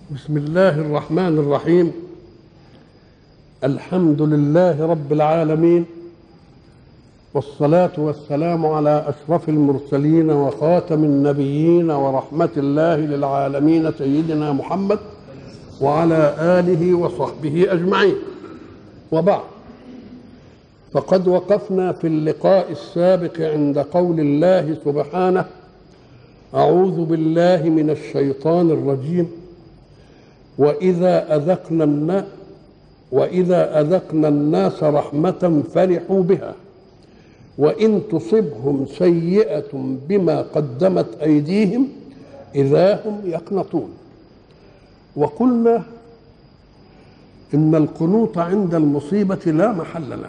بسم الله الرحمن الرحيم. الحمد لله رب العالمين، والصلاة والسلام على أشرف المرسلين وخاتم النبيين ورحمة الله للعالمين سيدنا محمد وعلى آله وصحبه أجمعين. وبعد، فقد وقفنا في اللقاء السابق عند قول الله سبحانه: أعوذ بالله من الشيطان الرجيم. وإذا أذقنا الناس رحمة فرحوا بها وإن تصبهم سيئة بما قدمت أيديهم إذا هم يقنطون. وقلنا إن القنوط عند المصيبة لا محل له،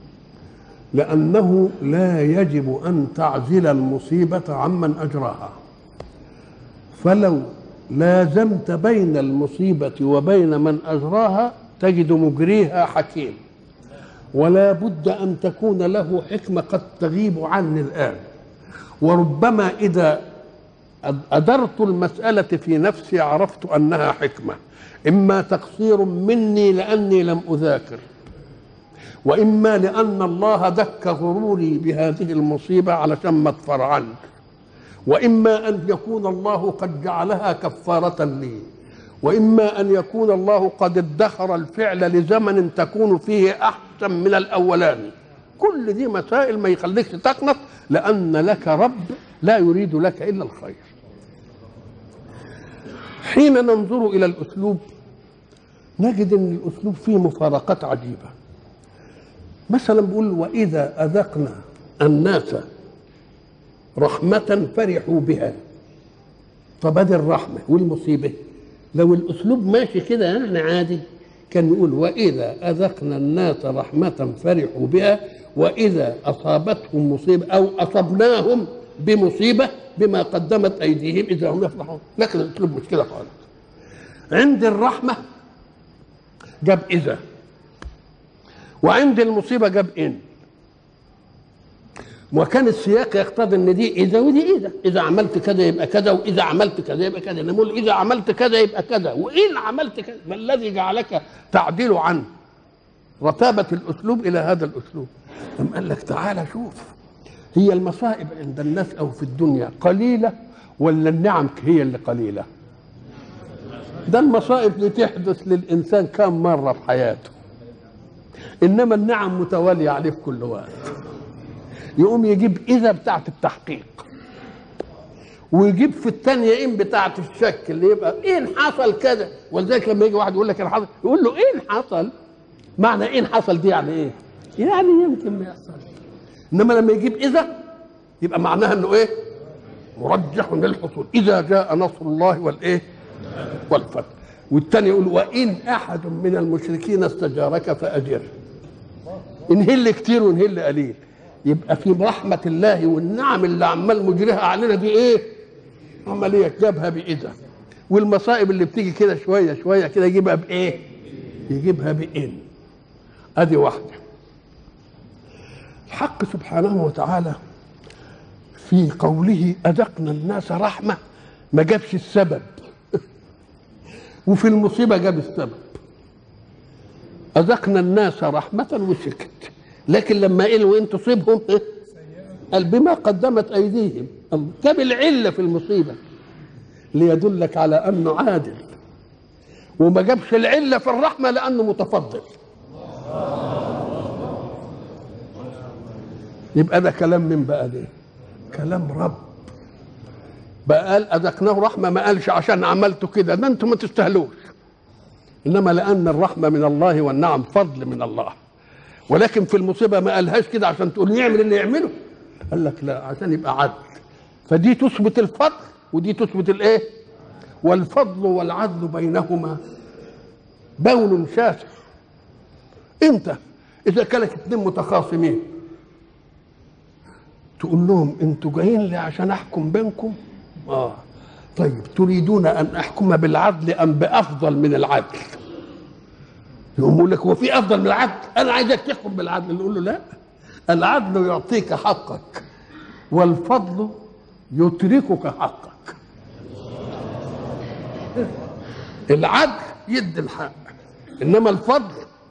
لأنه لا يجب أن تعزل المصيبة عمن أجراها، فلو لازمت بين المصيبة وبين من أجراها تجد مجريها حكيم، ولا بد أن تكون له حكمة قد تغيب عني الآن. وربما إذا أدرت المسألة في نفسي عرفت أنها حكمة، إما تقصير مني لأني لم أذاكر، وإما لأن الله دك غروري بهذه المصيبة علشان ما اطفر عنك، وإما أن يكون الله قد جعلها كفارة لي، وإما أن يكون الله قد ادخر الفعل لزمن تكون فيه أحسن من الأولاني. كل دي مسائل ما يخليكش تقنط، لأن لك رب لا يريد لك إلا الخير. حين ننظر إلى الأسلوب نجد أن الأسلوب فيه مفارقات عجيبة. مثلا بيقول: وإذا أذقنا الناس رحمة فرحوا بها. طب ادي الرحمة والمصيبة، لو الأسلوب ماشي كده يعني عادي كان يقول: وإذا أذقنا الناس رحمة فرحوا بها وإذا أصابتهم مصيبة أو أصبناهم بمصيبة بما قدمت أيديهم إذا هم يفرحون. لكن الأسلوب مش كده خالص. عند الرحمة جاب إذا، وعند المصيبة جاب إن، وكان السياق يقتضي ان دي اذا ودي اذا عملت كذا يبقى كذا، واذا عملت كذا يبقى كذا. نقول اذا عملت كذا يبقى كذا، وان عملت كذا. ما الذي جعلك تعديل عن رتابه الاسلوب الى هذا الاسلوب؟ ثم قال لك: تعالى شوف، هي المصائب عند الناس او في الدنيا قليله ولا النعم هي اللي قليله؟ ده المصائب بتحدث للانسان كم مره في حياته، انما النعم متواليه عليه في كل وقت. يقوم يجيب إذا بتاعة التحقيق، ويجيب في الثانية إن بتاعة الشك، اللي يبقى إن حصل كذا. ولذلك لما يجي واحد يقول لك إن حصل، يقول له إن حصل. معنى إن حصل دي يعني إيه؟ يعني يمكن ما يحصلش. إنما لما يجيب إذا يبقى معناها إنه إيه؟ مرجح للحصول. إذا جاء نصر الله والإيه؟ والفتح. والثاني يقول: وإن أحد من المشركين استجارك فأجره. إنهل كتير وإنهل قليل. يبقى في رحمة الله والنعم اللي عمال مجريها علينا دي ايه؟ عملية جابها بإذا. والمصائب اللي بتيجي كده شوية شوية كده يجيبها بإيه؟ يجيبها بإن. أدي واحدة. الحق سبحانه وتعالى في قوله أذقنا الناس رحمة ما جابش السبب وفي المصيبة جاب السبب. أذقنا الناس رحمة وسكت، لكن لما قال وإن تصيبهم قال بما قدمت أيديهم. جاب العلة في المصيبة ليدلك على أنه عادل، وما جابش العلة في الرحمة لأنه متفضل. يبقى ده كلام من بقى ده؟ كلام رب. بقى قال أذقناه رحمة، ما قالش عشان عملته كده، ده أنتم ما تستاهلوش، إنما لأن الرحمة من الله والنعم فضل من الله. ولكن في المصيبة ما قالهاش كده عشان تقول يعمل اللي يعمله، قال لك لا، عشان يبقى عدل. فدي تثبت الفضل ودي تثبت الايه؟ والفضل والعدل بينهما بون شاسع. انت اذا كانت اتنين متخاصمين تقول لهم انتوا جايين لي عشان احكم بينكم؟ طيب، تريدون ان احكم بالعدل ام بافضل من العدل؟ يقول لك: هو في افضل من العدل؟ انا عايزك تحكم بالعدل. نقول له: لا، العدل يعطيك حقك والفضل يتركك حقك. العدل يدي الحق، انما الفضل.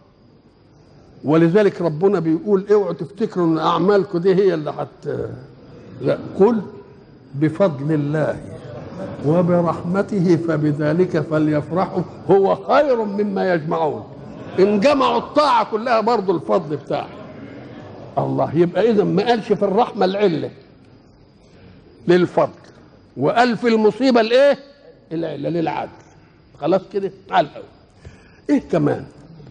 ولذلك ربنا بيقول اوعوا تفتكروا ان اعمالكم دي هي اللي لا، قل بفضل الله وبرحمته فبذلك فليفرحوا هو خير مما يجمعون. ان جمعوا الطاعه كلها برضه الفضل بتاعه الله. يبقى اذا ما قالش في الرحمه العله للفضل، وقال في المصيبه الايه؟ العله للعدل. خلاص كده على الاول. ايه كمان؟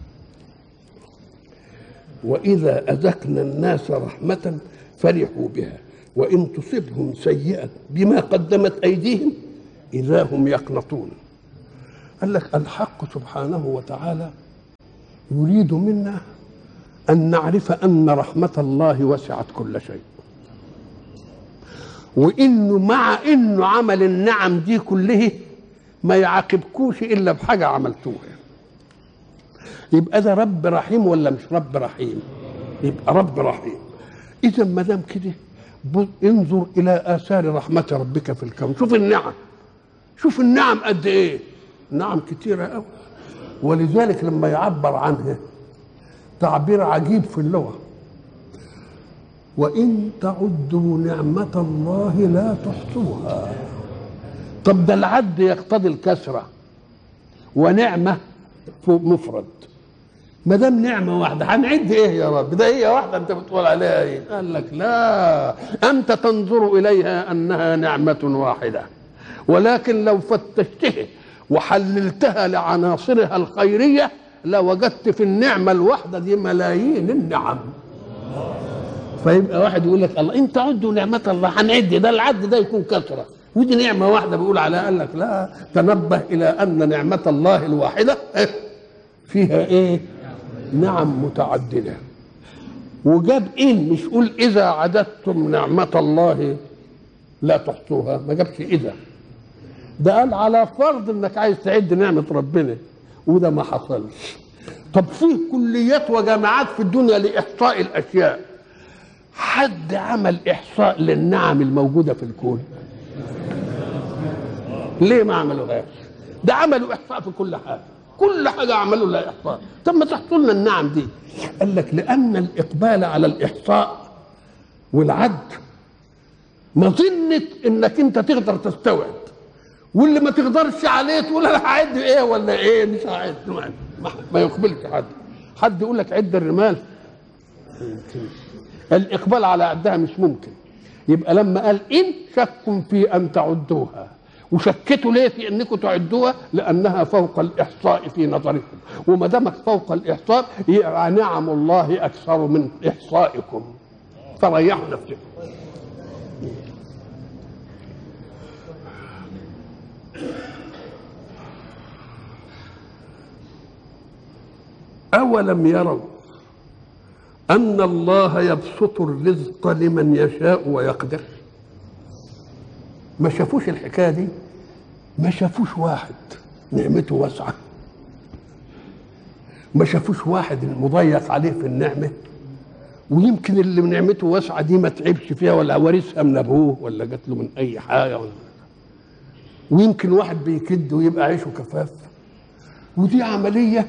واذا اذقنا الناس رحمه فرحوا بها وان تصبهم سيئه بما قدمت ايديهم اذا هم يقنطون. قال لك الحق سبحانه وتعالى يريد منا ان نعرف ان رحمه الله وسعت كل شيء، وانه مع انه عمل النعم دي كله ما يعاقبكوش الا بحاجه عملتوها. يبقى ده رب رحيم ولا مش رب رحيم؟ يبقى رب رحيم. اذا ما دام كده انظر الى اثار رحمه ربك في الكون. شوف النعم، شوف النعم قد ايه، نعم كتيره قوي. ولذلك لما يعبر عنها تعبير عجيب في اللغه، وان تعدوا نعمه الله لا تحصوها. طب ده العد يقتضي الكسره، ونعمه مفرد. ما دام نعمه واحده هنعد ايه يا رب؟ ده هي واحده انت بتقول عليها ايه؟ قال لك لا، انت تنظر اليها انها نعمه واحده، ولكن لو فتشتها وحللتها لعناصرها الخيريه لوجدت في النعمه الواحده دي ملايين النعم. فيبقى واحد يقول لك الله انت عدوا نعمه الله هنعد، ده العد ده يكون كثره، ودي نعمه واحده بيقول عليها. قال لك لا، تنبه الى ان نعمه الله الواحده فيها ايه؟ نعم متعدده. وجاب ان، مش قول اذا عددتم نعمه الله لا تحصوها، ما جابش اذا. ده قال على فرض انك عايز تعد نعمه ربنا، وده ما حصلش. طب فيه كليات وجامعات في الدنيا لاحصاء الاشياء، حد عمل احصاء للنعم الموجوده في الكون؟ ليه ما عملوهاش؟ ده عملوا احصاء في كل حاجه، كل حاجه عملوا لها احصاء. طب ما تحصوا لنا النعم دي؟ قال لك لان الاقبال على الاحصاء والعد مظنه انك انت تقدر تستوعب، واللي ما تقدرش عليه تقول انا هعد ايه ولا ايه، مش هعد. ما يقبلش حد يقول لك عد الرمال، الاقبال على عدها مش ممكن. يبقى لما قال ان شك في ان تعدوها، وشكتوا ليه في انكم تعدوها؟ لانها فوق الاحصاء في نظركم، وما دامك فوق الاحصاء يبقى نعم الله اكثر من احصائكم، فريحوا نفسكم. أولم يروا أن الله يبسط الرزق لمن يشاء ويقدر؟ ما شافوش الحكاية دي؟ ما شافوش واحد نعمته واسعة؟ ما شافوش واحد مضيق عليه في النعمة؟ ويمكن اللي نعمته واسعة دي ما تعبش فيها ولا ورثها من أبوه ولا جات له من أي حاجة ويمكن واحد بيكد ويبقى عيشه كفاف. ودي عملية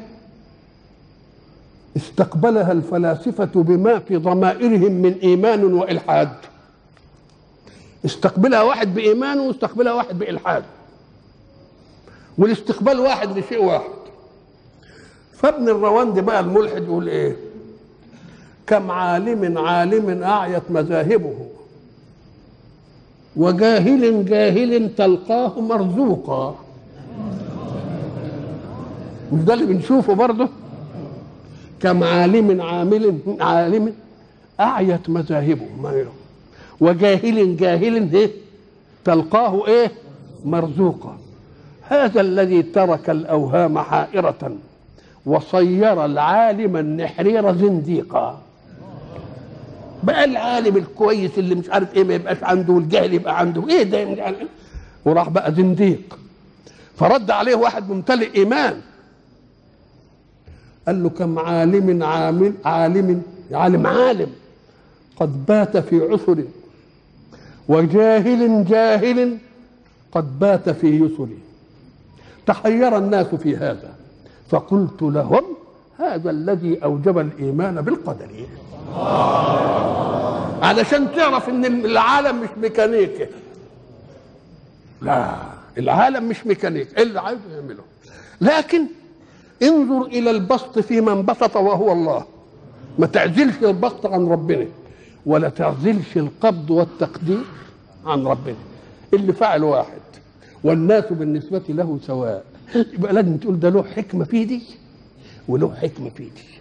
استقبلها الفلاسفة بما في ضمائرهم من إيمان وإلحاد. استقبلها واحد بإيمان واستقبلها واحد بإلحاد، والاستقبال واحد لشيء واحد. فابن الرواندي بقى الملحد يقول ايه؟ كم عالم أعيت مذاهبه وجاهل تلقاه مرزوقا. مش ده اللي بنشوفه برضه؟ كم عالم أعيت مذاهبه وجاهل ايه؟ تلقاه ايه؟ مرزوقا. هذا الذي ترك الأوهام حائرة وصير العالم النحرير زنديقا. بقى العالم الكويس اللي مش عارف ايه ما يبقاش عنده، والجهل يبقى عنده، ايه ده يعني؟ وراح بقى زنديق. فرد عليه واحد ممتلئ ايمان قال له كم عالم قد بات في عسر وجاهل قد بات في يسر. تحير الناس في هذا، فقلت لهم هذا الذي أوجب الإيمان بالقدر. علشان تعرف ان العالم مش ميكانيكي، لا، العالم مش ميكانيكي، اللي عايزه يعمله. لكن انظر الى البسط في من بسط وهو الله، ما تعزلش البسط عن ربنا ولا تعزلش القبض والتقدير عن ربنا. اللي فعل واحد والناس بالنسبة له سواء، يبقى لازم تقول ده له حكمة في دي وله حكمة في دي.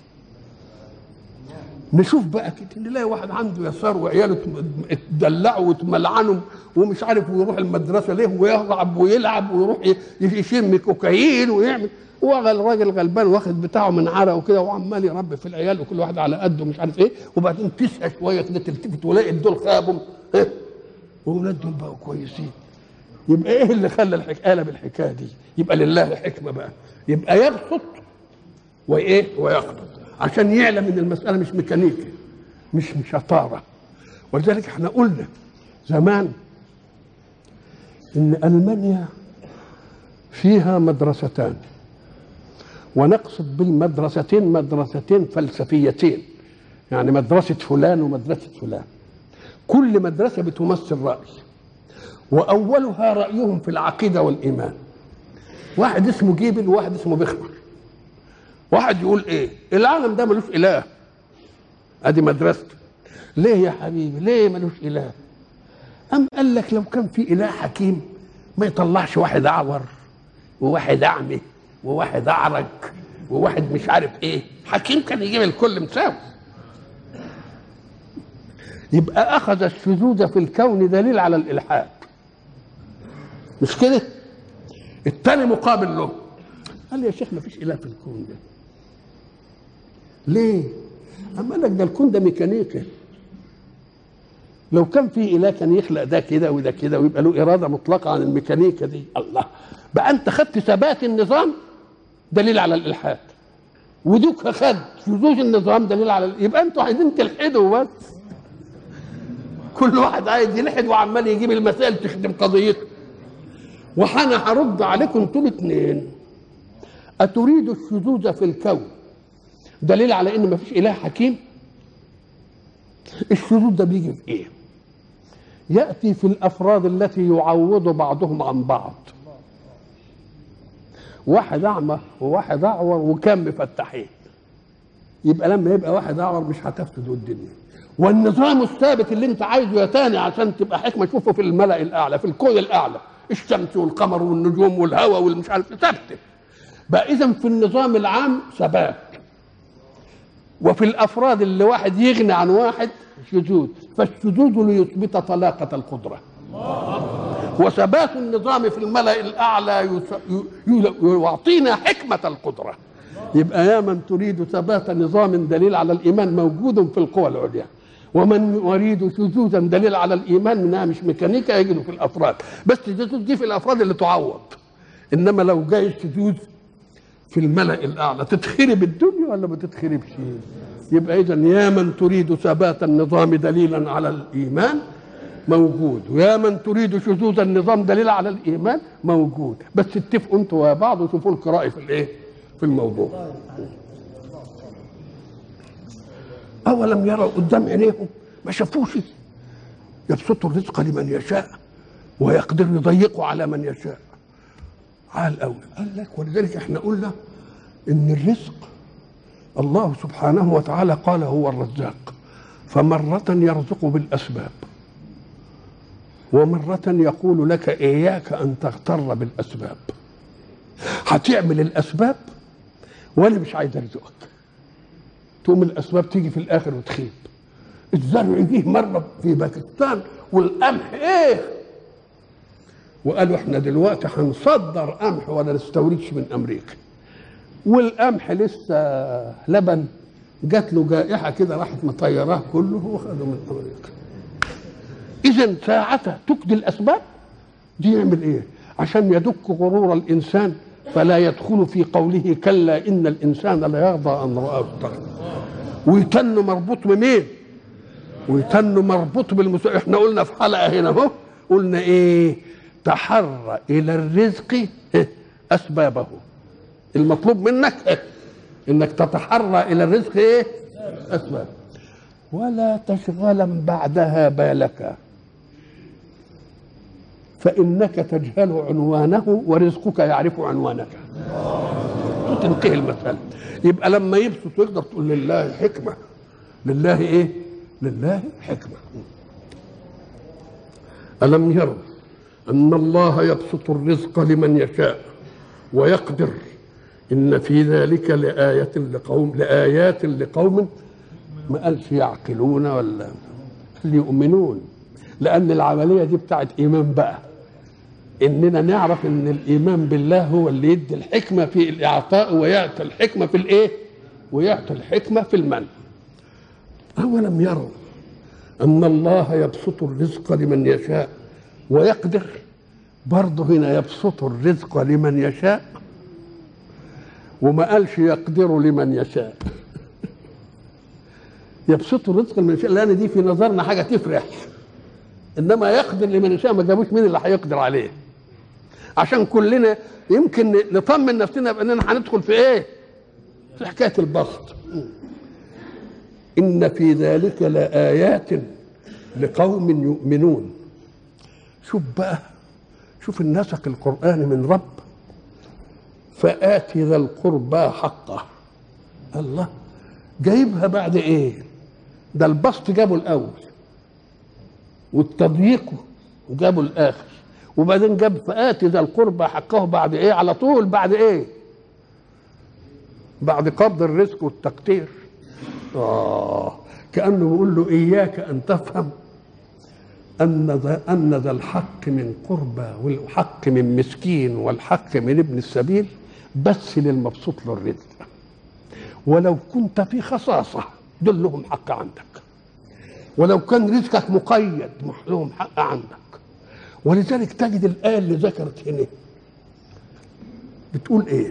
نشوف بقى كده نلاقي واحد عنده يسار وعياله اتدلعوا وتملعنوا ومش عارف، ويروح المدرسه ليه ويهرب ويلعب ويروح يشم كوكايين ويعمل، الراجل غلبان واخد بتاعه من عرق وكده وعمال يربي في العيال وكل واحد على قده مش عارف ايه، وبعدين تسقى شويه كده تلتفت ولاقي دول خابوا واولاد دول بقوا كويسين. يبقى ايه اللي خلى قلب الحكايه دي؟ يبقى لله حكمه بقى، يبقى يبسط وايه ويقبض عشان يعلم ان المساله مش ميكانيكي، مش شطاره. ولذلك احنا قلنا زمان ان المانيا فيها مدرستان، ونقصد بالمدرستين مدرستين فلسفيتين، يعني مدرسه فلان ومدرسه فلان، كل مدرسه بتمثل راي، واولها رايهم في العقيده والايمان. واحد اسمه جيبل وواحد اسمه بخبر. واحد يقول ايه؟ العالم ده ملوش اله، ادي مدرسته. ليه يا حبيبي؟ ليه ملوش اله؟ قام قال لك لو كان في اله حكيم ما يطلعش واحد اعور وواحد اعمى وواحد اعرج وواحد مش عارف ايه، حكيم كان يجيب الكل مساوي. يبقى اخذ الشذوذ في الكون دليل على الالحاد، مش كده؟ الثاني مقابل له قال يا شيخ ما فيش اله في الكون ده. ليه؟ اما قال لك ده الكون ده ميكانيكا، لو كان في اله كان يخلق ده كده وده كده ويبقى له اراده مطلقه عن الميكانيكا دي. الله، بقى انت خدت ثبات النظام دليل على الالحاد، ودوك خد شذوذ النظام دليل على يبقى انتوا عايزين تلحدوا بس، كل واحد عايز يلحد وعمال يجيب المسائل تخدم قضيته. وأنا هرد عليكم انتوا الاثنين، أتريد الشذوذ في الكون دليل على ان مفيش اله حكيم؟ الشذوذ ده بيجي في ايه؟ ياتي في الافراد التي يعوض بعضهم عن بعض. واحد اعمى وواحد اعور وكان مفتحين، يبقى لما يبقى واحد اعور مش هتفسد الدنيا. والنظام الثابت اللي انت عايزه يا تاني عشان تبقى حكمه، شوفه في الملأ الاعلى، في الكون الاعلى، الشمس والقمر والنجوم والهواء والمش عارف ثابته. بقى اذا في النظام العام ثبات، وفي الافراد اللي واحد يغني عن واحد شذوذ، فالشذوذ ليثبت طلاقه القدره. وثبات النظام في الملأ الاعلى يعطينا حكمه القدره. يبقى يا من تريد ثبات نظام دليل على الايمان موجود في القوى العليا، ومن يريد شذوذا دليل على الايمان منها مش ميكانيكا يجده في الافراد، بس الشذوذ دي في الافراد اللي تعوض. انما لو جاي الشذوذ في الملأ الاعلى تتخرب الدنيا ولا ما تتخربش؟ يبقى اذا يا من تريد ثبات النظام دليلا على الايمان موجود، ويا من تريد شذوذ النظام دليل على الايمان موجود، بس اتفقوا انتوا وبعض وشوفوا لكم راي في الايه؟ في الموضوع. أولم يروا قدام عينيهم؟ ما شافوش يبسط الرزق لمن يشاء ويقدر يضيقه على من يشاء. عال قوي. قال لك ولذلك احنا قلنا ان الرزق الله سبحانه وتعالى قال هو الرزاق، فمرة يرزق بالأسباب ومرة يقول لك إياك أن تغتر بالأسباب. هتعمل الأسباب وأنا مش عايز أرزقك، تقوم الأسباب تيجي في الآخر وتخيب. الزرع جه مرة في باكستان والقمح إيه، وقالوا إحنا دلوقتي هنصدر قمح ولا نستوردش من أمريكا، والقمح لسه لبن، جات له جائحة كده راحت مطيراه كله وخده من أمريكا. إذن ساعتها تكدي الأسباب دي يعمل إيه؟ عشان يدك غرور الإنسان فلا يدخل في قوله كلا إن الإنسان لا يرضى أن رآه استغنى. ويتن مربوط بمين؟ ويتن مربوط احنا قلنا في حلقة هنا اهو، قلنا إيه؟ تحرى إلى الرزق اسبابه. المطلوب منك انك تتحرى الى الرزق ايه؟ اسباب. ولا تشغلا بعدها بالك فانك تجهل عنوانه ورزقك يعرف عنوانك. تنتهي المساله. يبقى لما يبسط يقدر تقول لله حكمه. لله ايه؟ لله حكمه. الم يروا ان الله يبسط الرزق لمن يشاء ويقدر ان في ذلك لآيات لقوم ما قالش يعقلون ولا يؤمنون، لأن العملية دي بتاعت إيمان بقى، إننا نعرف إن الإيمان بالله هو اللي يدي الحكمة في الإعطاء ويعطي الحكمة في الإيه؟ ويعطي الحكمة في المنع. أولم يروا أن الله يبسط الرزق لمن يشاء ويقدر؟ برضه هنا يبسط الرزق لمن يشاء وما قالش يقدر لمن يشاء. يبسط الرزق لمن يشاء لأن دي في نظرنا حاجة تفرح، إنما يقدر لمن يشاء ما جابوش مين اللي هيقدر عليه، عشان كلنا يمكن نطمن نفسنا بأننا هندخل في إيه؟ في حكاية البسط. إن في ذلك لآيات لقوم يؤمنون. شوف بقى، شوف النسق القرآني من رب. فآت ذا القربى حقه. الله جايبها بعد ايه؟ ده البسط جابه الاول والتضييق جابه الاخر، وبعدين جاب فآت ذا القربى حقه بعد ايه؟ على طول بعد ايه؟ بعد قبض الرزق والتقدير. كأنه بيقول له إياك أن تفهم أن ذا الحق من قربى والحق من مسكين والحق من ابن السبيل بس للمبسوط له الرزق، ولو كنت في خصاصة دول لهم حق عندك، ولو كان رزقك مقيد لهم حق عندك. ولذلك تجد الآية اللي ذكرت هنا بتقول إيه؟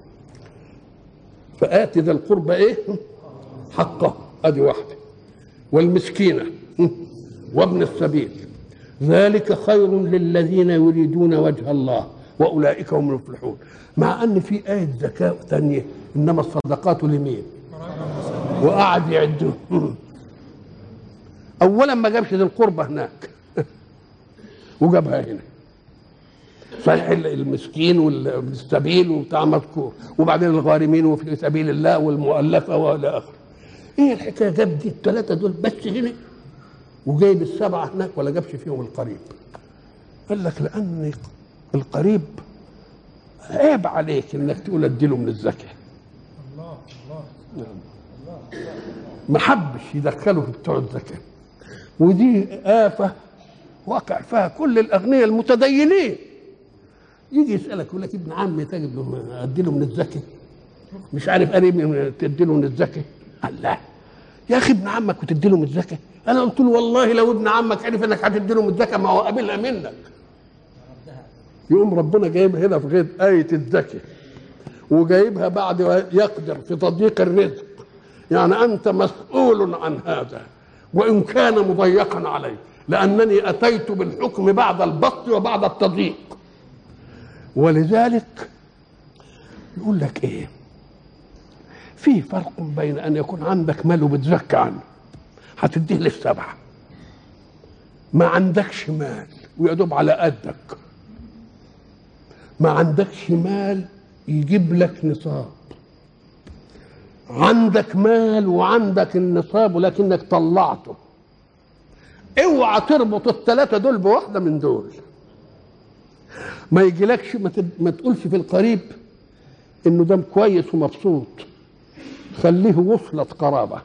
فآت ذا القربى إيه؟ حقه، أدي واحدة، والمسكينة وابن السبيل ذلك خير للذين يريدون وجه الله وأولئك هم المفلحون. مع أن في آية زكاة ثانية إنما الصدقات لمين؟ وقعد يعدهم. أولا ما جابش ذي القربى هناك وجابها هنا. صحيح المسكين والسبيل وبتاع مذكور، وبعدين الغارمين وفي سبيل الله والمؤلفة وإلى آخره. إيه الحكاية؟ جاب دي الثلاثة دول بس هنا وجايب السبعة هناك ولا جابش فيهم القريب؟ قال لك لأن القريب عيب عليك إنك تقول أديله من الزكاة. الله الله ما حبش يدخله في بتوع الزكاة، ودي آفة واقع فيها كل الأغنياء المتدينين. يجي يسألك يقول لك ابن عمي تجد له أديله من الزكاة، مش عارف قريب تديله من الزكاة. الله يا أخي ابن عمك وتديله من الزكاة؟ أنا قلت له والله لو ابن عمك عرف إنك هتديله من الزكاة ما هو قابلها منك. يقوم ربنا جايبها هنا في غير آية الزكاة وجايبها بعد يقدر في تضييق الرزق، يعني أنت مسؤول عن هذا وإن كان مضيقا عليه، لأنني أتيت بالحكم بعد البسط وبعد التضييق. ولذلك يقول لك إيه؟ في فرق بين أن يكون عندك مال وبتزكى عنه هتديه للسبعة، ما عندكش مال ويدوب على قدك، ما عندكش مال يجيب لك نصاب، عندك مال وعندك النصاب ولكنك طلعته. اوعى تربط الثلاثة دول بواحدة من دول. ما يجيلكش ما تقولش في القريب انه ده كويس ومبسوط، خليه وصلة قرابة،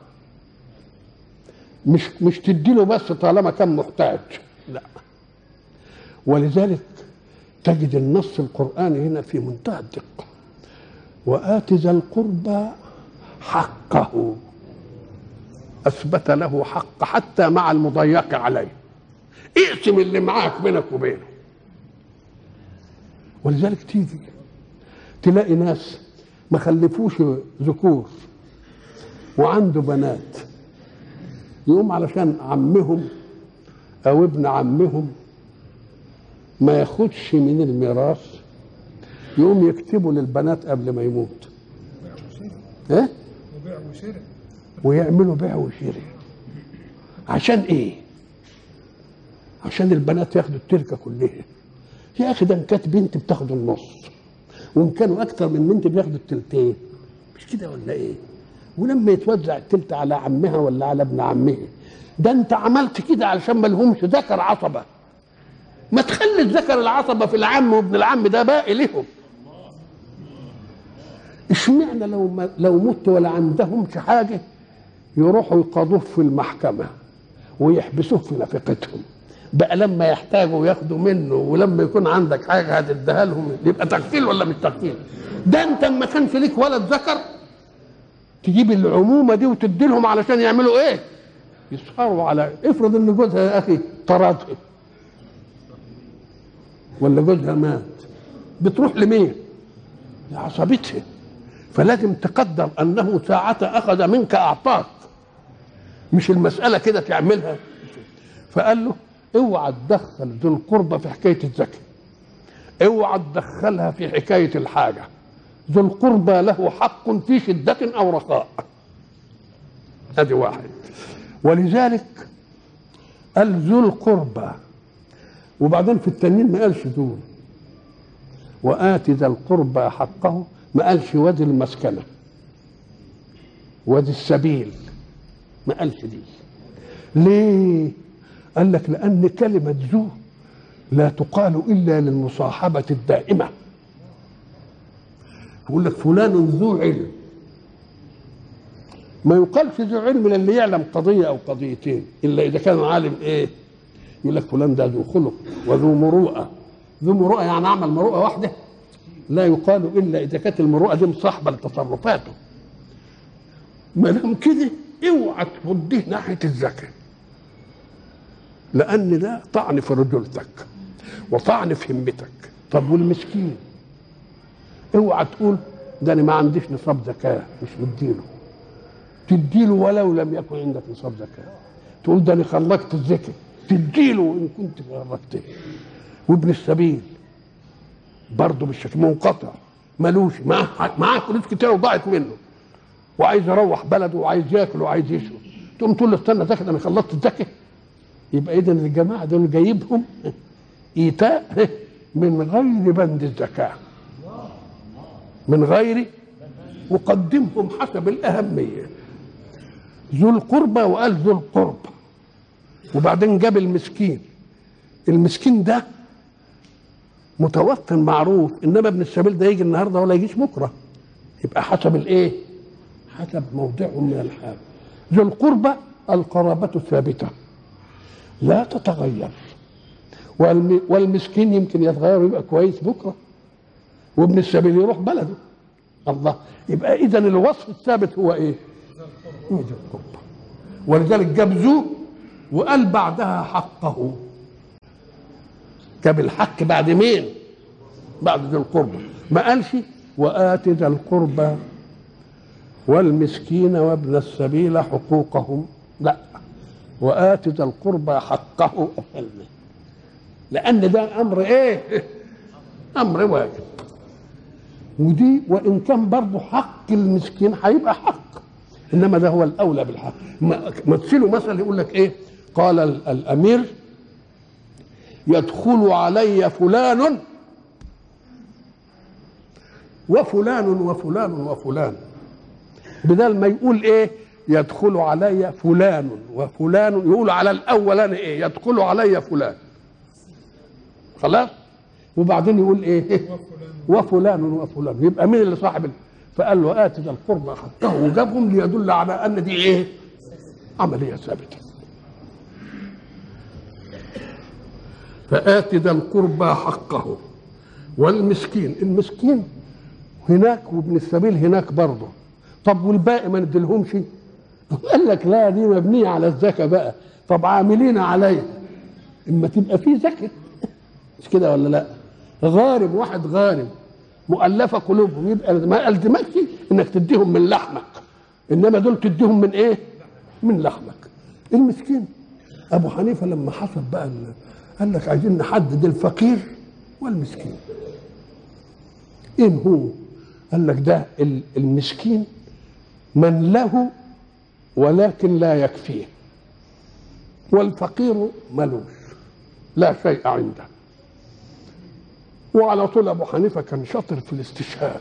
مش تديله بس طالما كان محتاج، لا. ولذلك تجد النص القرآني هنا في منتهى الدقة. وآت ذا القربى حقه، أثبت له حق حتى مع المضيق عليه. اقسم اللي معاك بينك وبينه. ولذلك تيجي تلاقي ناس ما خلفوش ذكور وعنده بنات، يقوم علشان عمهم أو ابن عمهم ما ياخدش من الميراث يقوم يكتبوا للبنات قبل ما يموت. ها؟ وبيع وشراء. ويعملوا بيع وشراء. عشان ايه؟ عشان البنات ياخدوا التركه كلها. يا اخي ده ان كانت بنت بتاخد النص، وان كانوا اكتر من بنت بياخدوا التلتين، مش كده ولا ايه؟ ولما يتوزع التلت على عمها ولا على ابن عمها، ده انت عملت كده علشان ما لهمش ذكر عصبه. ما تخلي الذكر العصبه في العم وابن العم ده باقي لهم. اشمعنى لو مت ولا عندهمش حاجه يروحوا يقاضوه في المحكمه ويحبسوه في نفقتهم، بقى لما يحتاجوا ياخدوا منه، ولما يكون عندك حاجه هتديها لهم يبقى تغفيل ولا مش تغفيل؟ ده انت ما كانش ليك ولد ذكر تجيب العمومه دي وتدي لهم علشان يعملوا ايه؟ يسهروا على. افرض ان جوزها يا اخي طردها ولا جوزها مات، بتروح لمين؟ لعصبتها. فلازم تقدر انه ساعة اخذ منك اعطاك، مش المسألة كده تعملها. فقال له اوعى تدخل ذو القربى في حكاية الزكاة، اوعى تدخلها في حكاية الحاجة. ذو القربى له حق في شدة او رخاء. ادي واحد. ولذلك قال ذو القربى، وبعدين في التنين ما قالش دول. وآت ذا القربى حقه، ما قالش وادي المسكنة وادي السبيل، ما قالش دي. ليه؟ قال لك لأن كلمة ذو لا تقال إلا للمصاحبة الدائمة. يقول لك فلان ذو علم، ما يقالش ذو علم للي يعلم قضية أو قضيتين، إلا إذا كان عالم إيه؟ يقول لك فلان ده ذو خلق وذو مروءة. ذو مروءة يعني عمل مروءة واحدة؟ لا يقال إلا إذا كانت المروءة دي مصاحبة لتصرفاته. ما دام كده اوعى توديه ناحية الزكاة، لأن ده طعن في رجولتك وطعن في همتك. طب والمسكين اوعى تقول ده أنا ما عنديش نصاب زكاة مش مديله، تديله ولو لم يكن عندك نصاب زكاة. تقول ده أنا خلقت الزكاة، تديله إن كنت خلقته. وابن السبيل برضه بالشكل منقطع، ملوش معاه فلوس كتير وضاعت منه، وعايز يروح بلده وعايز ياكل وعايز يشرب، تقوم تقول له استنى زكاه انا خلصت الزكاه. يبقى اذا الجماعه دول جايبهم ايتاء من غير بند الزكاه، من غير، وقدمهم حسب الاهميه. ذو القربى، وقال ذو القربى، وبعدين جاب المسكين. المسكين ده متوطن معروف، انما ابن السبيل ده يجي النهارده ولا يجيش بكره، يبقى حسب الايه؟ حسب موضعه من الحال. ذو القربى القرابة الثابتة لا تتغير، والمسكين يمكن يتغير ويبقى كويس بكره، وابن السبيل يروح بلده. الله، يبقى اذا الوصف الثابت هو ايه؟ ذو القربى. ولذلك جاب ذو وقال بعدها حقه. جاب الحق بعد مين؟ بعد ذي القربى. ما قالش وآت ذا القربى والمسكين وابن السبيل حقوقهم، لا، وآت ذا القربى حقه، لأن ده أمر إيه؟ أمر واجب. ودي وإن كان برضه حق المسكين هيبقى حق، إنما ده هو الأولى بالحق. ما تصيله مثلا يقول لك إيه؟ قال الأمير يدخل علي فلان وفلان وفلان وفلان، بدل ما يقول ايه يدخل علي فلان وفلان، يقول على الاولاني ايه يدخل علي فلان، خلاص، وبعدين يقول ايه وفلان وفلان، يبقى مين اللي صاحب؟ فقال له آت ذا القربى حقه، وجابهم ليدل على ان دي ايه؟ عمليه ثابته. فآت ذا القربى حقه والمسكين، المسكين هناك وابن السبيل هناك برضه. طب والباقي ما نديلهمش؟ قال لك لا، دي مبنيه على الزكاه بقى. طب عاملين عليها اما تبقى في زكاه، مش كده ولا لا؟ غارب، واحد غارب مؤلفه قلوبهم، يبقى ما الزمكش انك تديهم من لحمك، انما دول تديهم من ايه؟ من لحمك. المسكين ابو حنيفه لما حصل بقى قال لك عايزين نحدد الفقير والمسكين. إيه هو؟ قال لك ده المسكين من له ولكن لا يكفيه، والفقير ملوش لا شيء عنده. وعلى طول أبو حنيفة كان شاطر في الاستشهاد.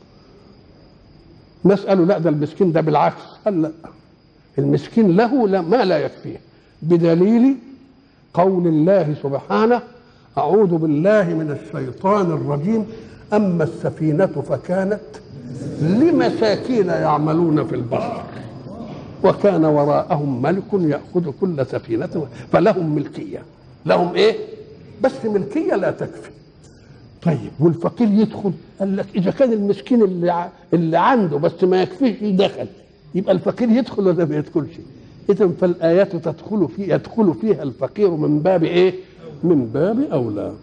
ناس قالوا لا ده المسكين ده بالعكس، قال لا المسكين له ما لا يكفيه، بدليل قول الله سبحانه أعوذ بالله من الشيطان الرجيم أما السفينة فكانت لمساكين يعملون في البحر وكان وراءهم ملك يأخذ كل سفينة فلهم ملكية. لهم إيه؟ بس ملكية لا تكفي. طيب والفقير يدخل؟ قال لك إذا كان المسكين اللي عنده بس ما يكفيش دخل، يبقى الفقير يدخل ولا ما يدخلش؟ إذا فالآيات يدخل فيها الفقير من باب إيه؟ من باب أولى.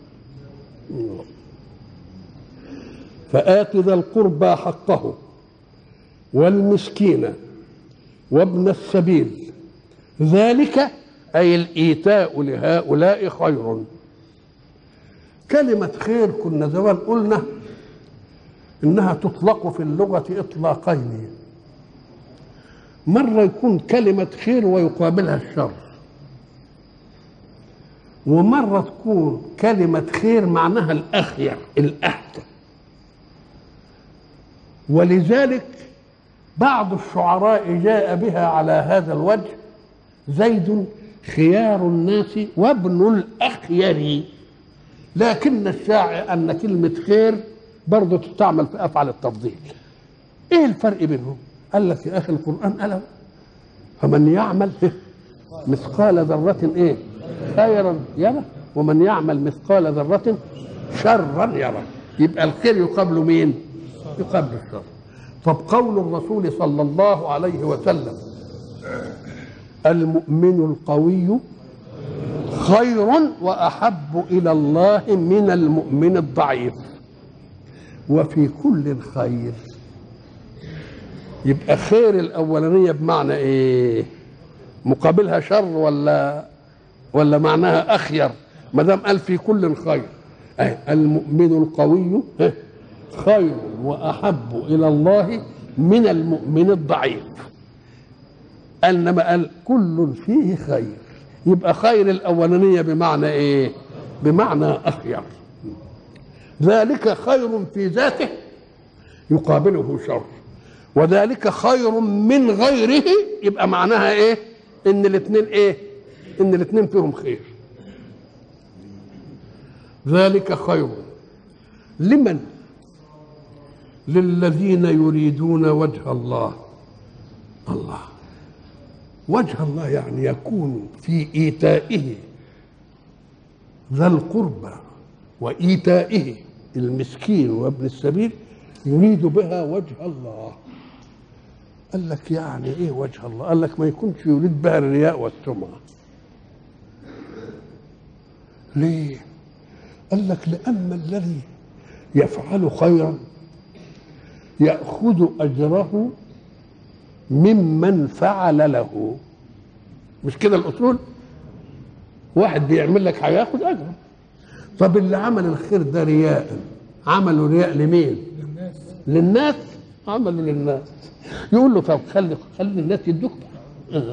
فآت ذا القربى حقه والمسكين وابن السبيل ذلك أي الإيتاء لهؤلاء خير. كلمة خير كنا زمان قلنا إنها تطلق في اللغة إطلاقين، مرة يكون كلمة خير ويقابلها الشر، ومرة تكون كلمة خير معناها الأخير الأحسن. ولذلك بعض الشعراء جاء بها على هذا الوجه: زيد خيار الناس وابن الأخير. لكن الشاعر أن كلمة خير برضه تستعمل في أفعال التفضيل. إيه الفرق بينهم؟ قال لك يا أخي القرآن قال فمن يعمل مثقال ذرة إيه؟ خيرا يرى ومن يعمل مثقال ذرة شرا يرى. يبقى الخير يقابله مين؟ يقابل الشر. طب قول الرسول صلى الله عليه وسلم المؤمن القوي خير وأحب إلى الله من المؤمن الضعيف وفي كل خير. يبقى خير الأولانية بمعنى إيه؟ مقابلها شر ولا معناها أخير؟ ما دام قال في كل خير، المؤمن القوي خير وأحب إلى الله من المؤمن الضعيف. إنما قال كل فيه خير، يبقى خير الأولانية بمعنى إيه؟ بمعنى أخير. ذلك خير في ذاته يقابله شر، وذلك خير من غيره يبقى معناها إيه؟ إن الاثنين إيه؟ إن الاثنين فيهم خير. ذلك خير لمن؟ للذين يريدون وجه الله. الله وجه الله يعني يكون في إيتائه ذا القربى وإيتائه المسكين وابن السبيل يريد بها وجه الله. قال لك يعني ايه وجه الله؟ قال لك ما يكونش يريد بها الرياء والسمعة. ليه؟ قال لك لأن الذي يفعل خيرا يأخذ أجره ممن فعل له. مش كده الأصول؟ واحد بيعمل لك حاجة يأخذ أجره. طب اللي عمل الخير ده رياء، عملوا رياء لمين؟ للناس. عملوا للناس. يقول له طب خلي الناس يدوك بقى.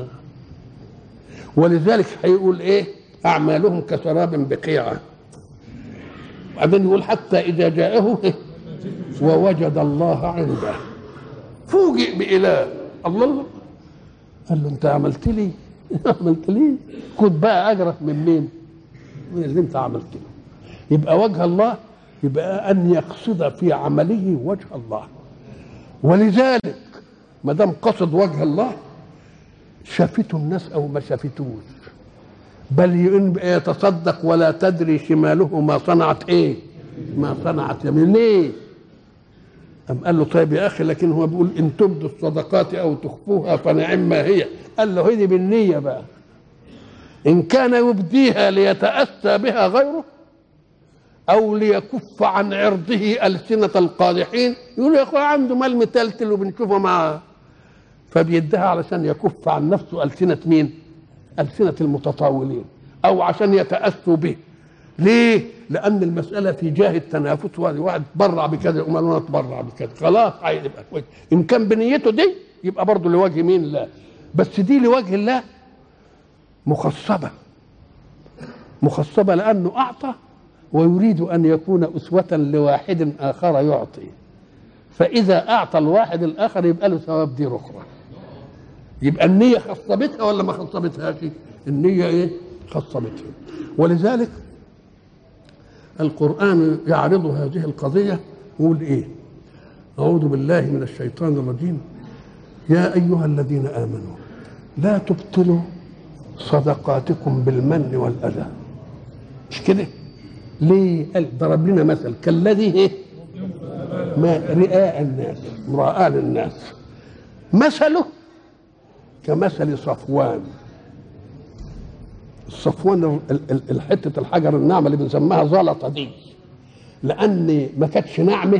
ولذلك هيقول ايه؟ اعمالهم كسراب بقيعه. وبعدين يقول حتى اذا جاءه ووجد الله عنده فوجئ بإله. الله قال له انت عملت لي عملت لي، خد بقى اجرك من مين؟ من اللي انت عملت له. يبقى وجه الله يبقى ان يقصد في عمله وجه الله. ولذلك ما دام قصد وجه الله شافته الناس او ما شافتوش، بل يتصدق ولا تدري شماله ما صنعت ايه؟ ما صنعت يمين. ليه؟ أم قال له طيب يا اخي لكن هو بيقول ان تبدوا الصدقات او تخفوها فنعم ما هي. قال له هذه بالنية بقى. ان كان يبديها ليتأسى بها غيره او ليكف عن عرضه ألسنة القادحين، يقول يا اخويا عنده مال متلتل وبنشوفه معاه، فبيدها علشان يكف عن نفسه ألسنة مين؟ ألسنة المتطاولين، او عشان يتأسوا به. ليه؟ لأن المسألة في جاه التنافس، واحد تبرع بكذا يقوم أنا أتبرع بكذا، خلاص هيبقى كويس. إن كان بنيته دي يبقى برضه لوجه مين؟ الله. بس دي لوجه الله مخصبة لأنه أعطى ويريد أن يكون أسوة لواحد آخر يعطي، فإذا أعطى الواحد الآخر يبقى له ثواب دي أخرى. يبقى النية خصبتها ولا ما خصبتهاش؟ النية إيه؟ خصبتها. ولذلك القرآن يعرض هذه القضية ويقول إيه؟ أعوذ بالله من الشيطان الرجيم. يا أيها الذين آمنوا لا تبطلوا صدقاتكم بالمن والأذى. مش كده؟ ليه؟ قال ضرب لنا مثل كالذي إيه؟ ما رئاء الناس، مراء للناس، مثله كمثل صفوان. الصفوان الحته الحجر الناعمه اللي بنسميها زلطه دي، لان ما كانتش ناعمه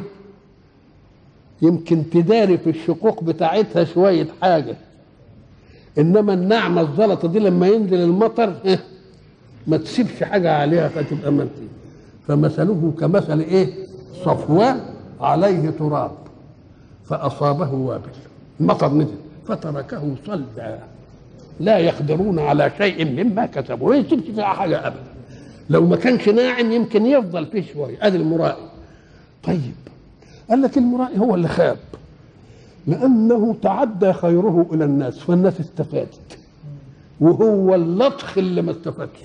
يمكن تداري في الشقوق بتاعتها شويه حاجه، انما الناعمه الزلطه دي لما ينزل المطر ما تسيبش حاجه عليها فتبقى منتهيه. فمثله كمثل ايه؟ صفوان عليه تراب فاصابه وابل، المطر نزل فتركه صلدا لا يقدرون على شيء مما كسبوا، ما يسيبش فيها حاجه ابدا. لو ما كانش ناعم يمكن يفضل فيه شويه. ادي المرائي. طيب قال لك المرائي هو اللي خاب، لانه تعدى خيره الى الناس فالناس استفادت، وهو اللطخ اللي ما استفادش.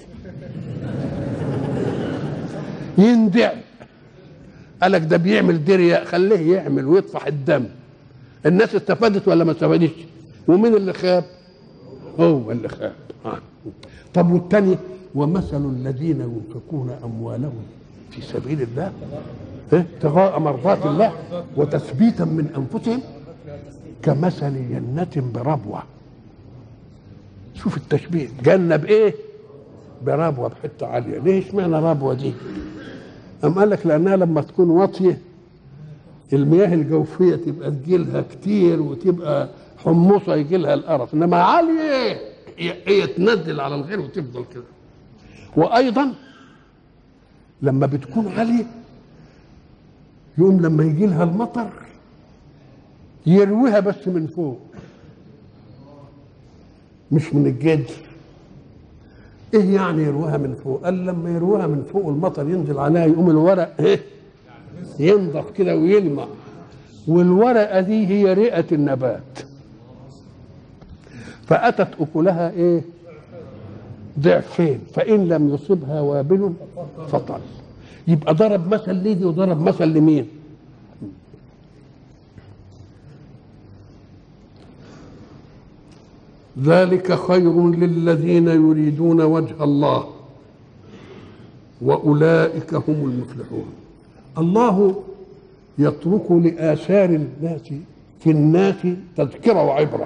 يندع، قال لك ده بيعمل دريا، خليه يعمل ويطفح الدم. الناس استفادت ولا ما استفادتش؟ ومين اللي خاب؟ هو اللي خاب. طب والتاني ومثل الذين ينفقون اموالهم في سبيل الله ابتغاء مرضات الله وتثبيتا من انفسهم كمثل جنة بربوة. شوف التشبيه، جنة بايه؟ بربوة، بحته عاليه. ليه اشمعنى ربوة دي؟ أم قال لك لانها لما تكون واطيه المياه الجوفيه تبقى تجيلها كتير وتبقى حمصه يجيلها القرف، انما عاليه هي تنزل على الغير وتفضل كده. وايضا لما بتكون عاليه يوم لما يجي لها المطر يرويها بس من فوق مش من الجدر. ايه يعني يرويها من فوق؟ قال لما يرويها من فوق المطر ينزل عليها يقوم الورق ينضف كده ويلمع، والورقه دي هي رئه النبات، فاتت اكلها ايه؟ ضعفين، فان لم يصبها وابل فطل. يبقى ضرب مثل لدي وضرب مثل لمين؟ ذلك خير للذين يريدون وجه الله واولئك هم المفلحون. الله يترك لآثار الناس في الناس تذكرة وعبرة.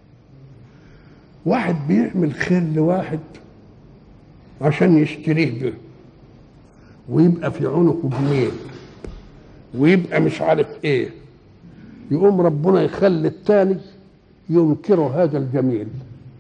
واحد بيعمل خير لواحد عشان يشتريه به ويبقى في عنقه جميل ويبقى مش عارف ايه، يقوم ربنا يخلي الثاني ينكر هذا الجميل.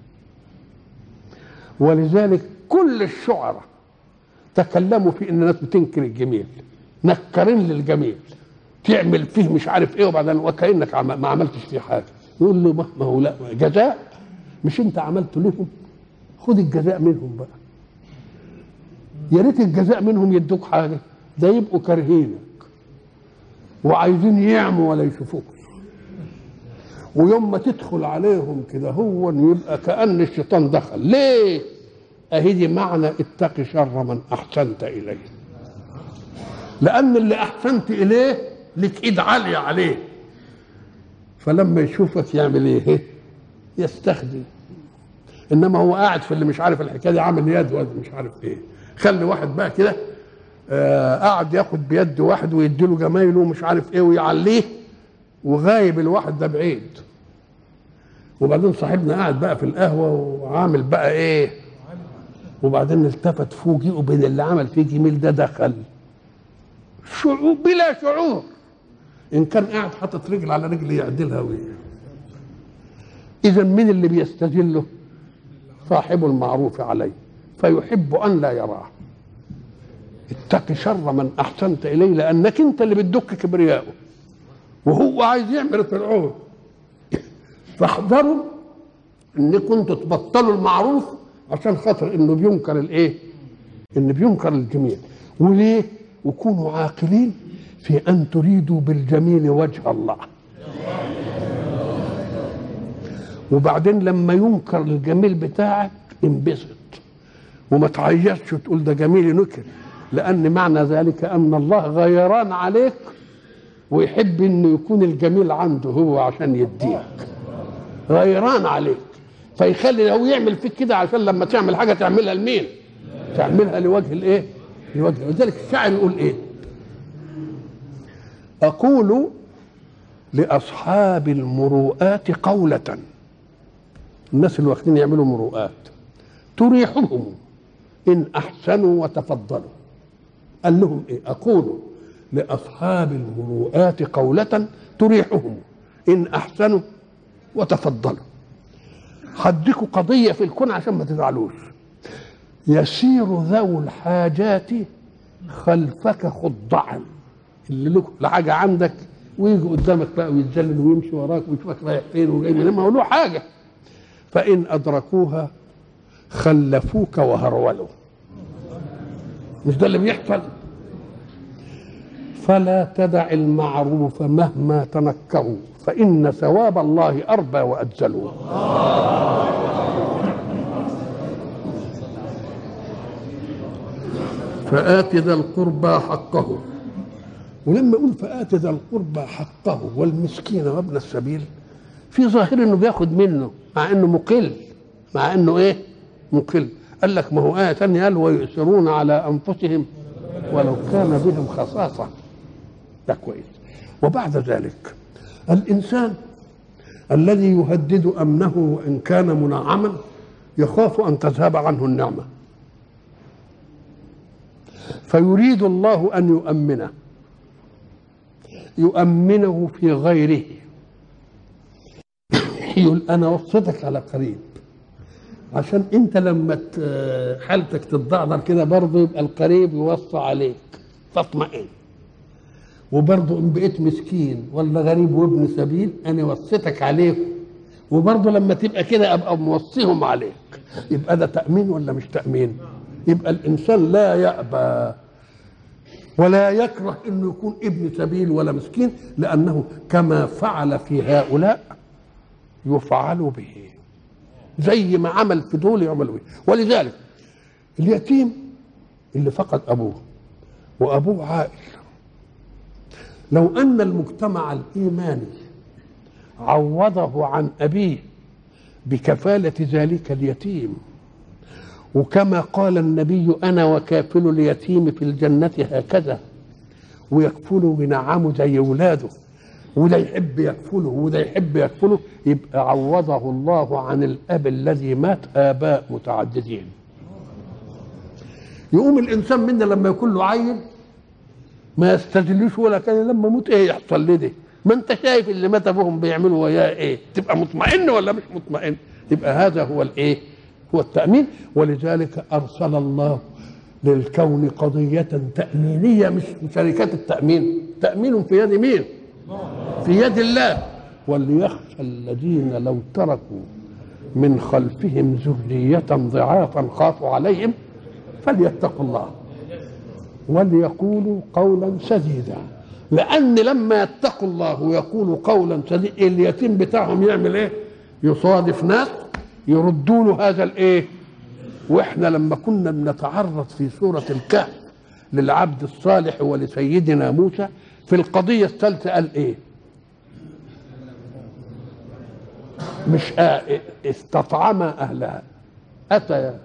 ولذلك كل الشعراء تكلموا في ان الناس بتنكر الجميل، نكرين للجميل، تعمل فيه مش عارف ايه وبعدين وكانك ما عملتش فيه حاجه. يقول له ما هو لا جزاء، مش انت عملت لهم، خد الجزاء منهم بقى. يا ريت الجزاء منهم يدوك حاجه، ده يبقوا كارهينك وعايزين يعموا ولا يشوفوك. ويوم ما تدخل عليهم كده هو يبقى كأن الشيطان دخل. ليه؟ اهي دي معنى اتق شر من احسنت اليه، لان اللي احسنت اليه لك ايد عاليه عليه، فلما يشوفك يعمل ايه؟ يستخدم. انما هو قاعد في اللي مش عارف الحكايه دي عامل يد مش عارف ايه. خلي واحد بقى كده قاعد ياخد بيد واحد ويديله جمايله ومش عارف ايه ويعليه، وغايب الواحد ده بعيد. وبعدين صاحبنا قاعد بقى في القهوه وعامل بقى ايه، وبعدين التفت فوجئه بين اللي عمل فيه جميل ده دخل شعور بلا شعور. ان كان قاعد حاطط رجل على رجل يعدلها اذا مين اللي بيستجله؟ صاحب المعروف عليه فيحب ان لا يراه. اتق شر من احسنت اليه، لانك انت اللي بتدك كبرياءه وهو عايز يعمل فرعون. فاحذروا انكم انتوا تبطلوا المعروف عشان خاطر انه بينكر الايه؟ ان بينكر الجميل. وليه؟ وكونوا عاقلين في ان تريدوا بالجميل وجه الله. وبعدين لما ينكر الجميل بتاعك انبسط وما تعيطش وتقول ده جميل نكر، لان معنى ذلك ان الله غيران عليك ويحب انه يكون الجميل عنده هو عشان يديك، غيران عليك، فيخلي هو يعمل فيك كده عشان لما تعمل حاجه تعملها لمين؟ تعملها لوجه الايه؟ لوجه. لذلك الشاعر يقول ايه؟ اقول لاصحاب المروءات قوله، الناس اللي واخدين يعملوا مروءات، تريحهم ان احسنوا وتفضلوا. قال لهم ايه؟ اقول لاصحاب المروءات قوله تريحهم ان احسنوا وتفضلوا. هديكوا قضيه في الكون عشان ما تزعلوش. يسير ذو الحاجات خلفك خضعا، اللي له حاجه عندك ويجي قدامك بقى ويتذلل ويمشي وراك ويشوفك رايح فين وجاي منين، ما هو له حاجه. فان ادركوها خلفوك وهرولوا. مش ده اللي بيحصل؟ فلا تدع المعروف مهما تنكروا فإن ثواب الله أربى وأجزل. فآت ذا القربى حقه. ولما يقول فآت ذا القربى حقه والمسكين وابن السبيل، في ظاهر انه بياخد منه مع انه مقل، مع انه ايه؟ مقل. قال لك ما هو آية ثانية قال ويؤثرون على أنفسهم ولو كان بهم خصاصة. ده كويس. وبعد ذلك الإنسان الذي يهدد أمنه وإن كان منعما يخاف أن تذهب عنه النعمة، فيريد الله أن يؤمنه في غيره. يقول أنا وصيتك على قريب عشان أنت لما حالتك تتضعضر كده برضه يبقى القريب يوصى عليك تطمئن. وبرضه ان بقيت مسكين ولا غريب وابن سبيل انا وصيتك عليك، وبرضه لما تبقى كده ابقى موصيهم عليك. يبقى ده تأمين ولا مش تأمين؟ يبقى الانسان لا يأبى ولا يكره انه يكون ابن سبيل ولا مسكين، لانه كما فعل في هؤلاء يفعل به، زي ما عمل في دول يعمل به. ولذلك اليتيم اللي فقد ابوه وابوه عائل، لو أن المجتمع الإيماني عوضه عن أبيه بكفالة ذلك اليتيم، وكما قال النبي أنا وكافل اليتيم في الجنة هكذا، ويكفله وينعمه زي ولاده، وده يحب يكفله وده يحب يكفله، يبقى عوضه الله عن الأب الذي مات آباء متعددين. يقوم الإنسان منا لما يكون له عيل ما يستجلوش ولا كان لما موت ايه يحصل لي ده؟ ما انت شايف اللي مات ابوهم بيعملوا وياه ايه؟ تبقى مطمئن ولا مش مطمئن؟ يبقى هذا هو الايه؟ هو التأمين. ولذلك ارسل الله للكون قضية تأمينية، مش شركات التأمين. تأمين في يد مين؟ في يد الله. وليخشى الذين لو تركوا من خلفهم ذرية ضعافا خافوا عليهم فليتقوا الله وليقولوا قولا سديدا. لأن لما يتقوا الله ويقولوا قولا سديدا اليتيم بتاعهم يعمل ايه؟ يصادف ناس يردوا له هذا الايه. واحنا لما كنا بنتعرض في سورة الكهف للعبد الصالح ولسيدنا موسى في القضية الثالثة قال ايه؟ مش استطعما أهلها أتى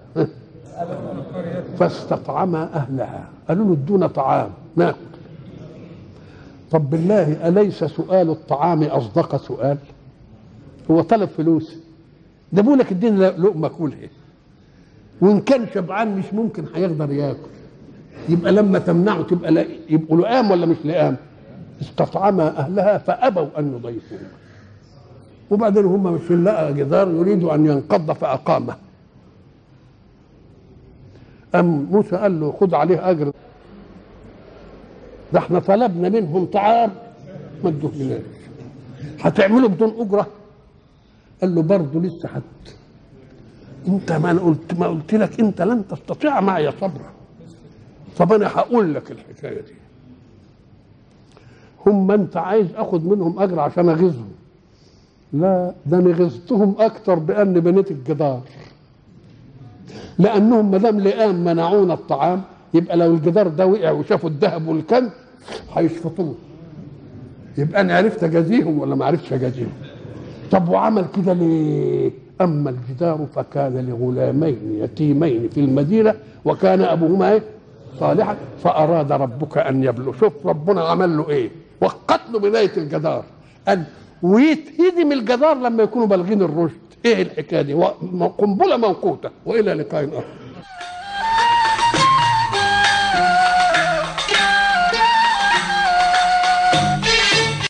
فاستطعما أهلها قالوا له ادونا طعام ناكل. طب بالله أليس سؤال الطعام أصدق سؤال؟ هو طلب فلوس، ده بقول لك ادينا لقمة كلها، وإن كان شبعان مش ممكن هيقدر ياكل. يبقى لما تمنعه تبقى يبقوا لئام ولا مش لئام؟ استطعما أهلها فأبوا أن يضيفوه. وبعدين هم مش لقى جدار يريد أن ينقض فأقامه. أم موسى قال له خذ عليه أجر ده احنا طلبنا منهم طعام ما ادوهلناش، هتعمله بدون اجره؟ قال له برضه لسه انت ما قلت لك انت لن تستطيع معي صبرا. طب انا هقول لك الحكايه دي، هم انت عايز اخد منهم اجر عشان اغيظهم؟ لا، ده انا غيظتهم اكتر بان بنيت الجدار، لانهم ما دام لئام منعونا الطعام، يبقى لو الجدار ده وقع وشافوا الذهب والكنز هيشفطوه، يبقى انا عرفت اجازيهم ولا ما عرفتش اجازيهم؟ طب وعمل كده ليه؟ اما الجدار فكان لغلامين يتيمين في المدينه وكان ابوهما ايه؟ صالحا فاراد ربك ان يبلغ. شوف ربنا عمل له ايه؟ وقت له بنايه الجدار ان ويتهدم الجدار لما يكونوا بالغين الرشد. ايه الحكايه دي؟ قنبله موقوته. والى لقاء اخر.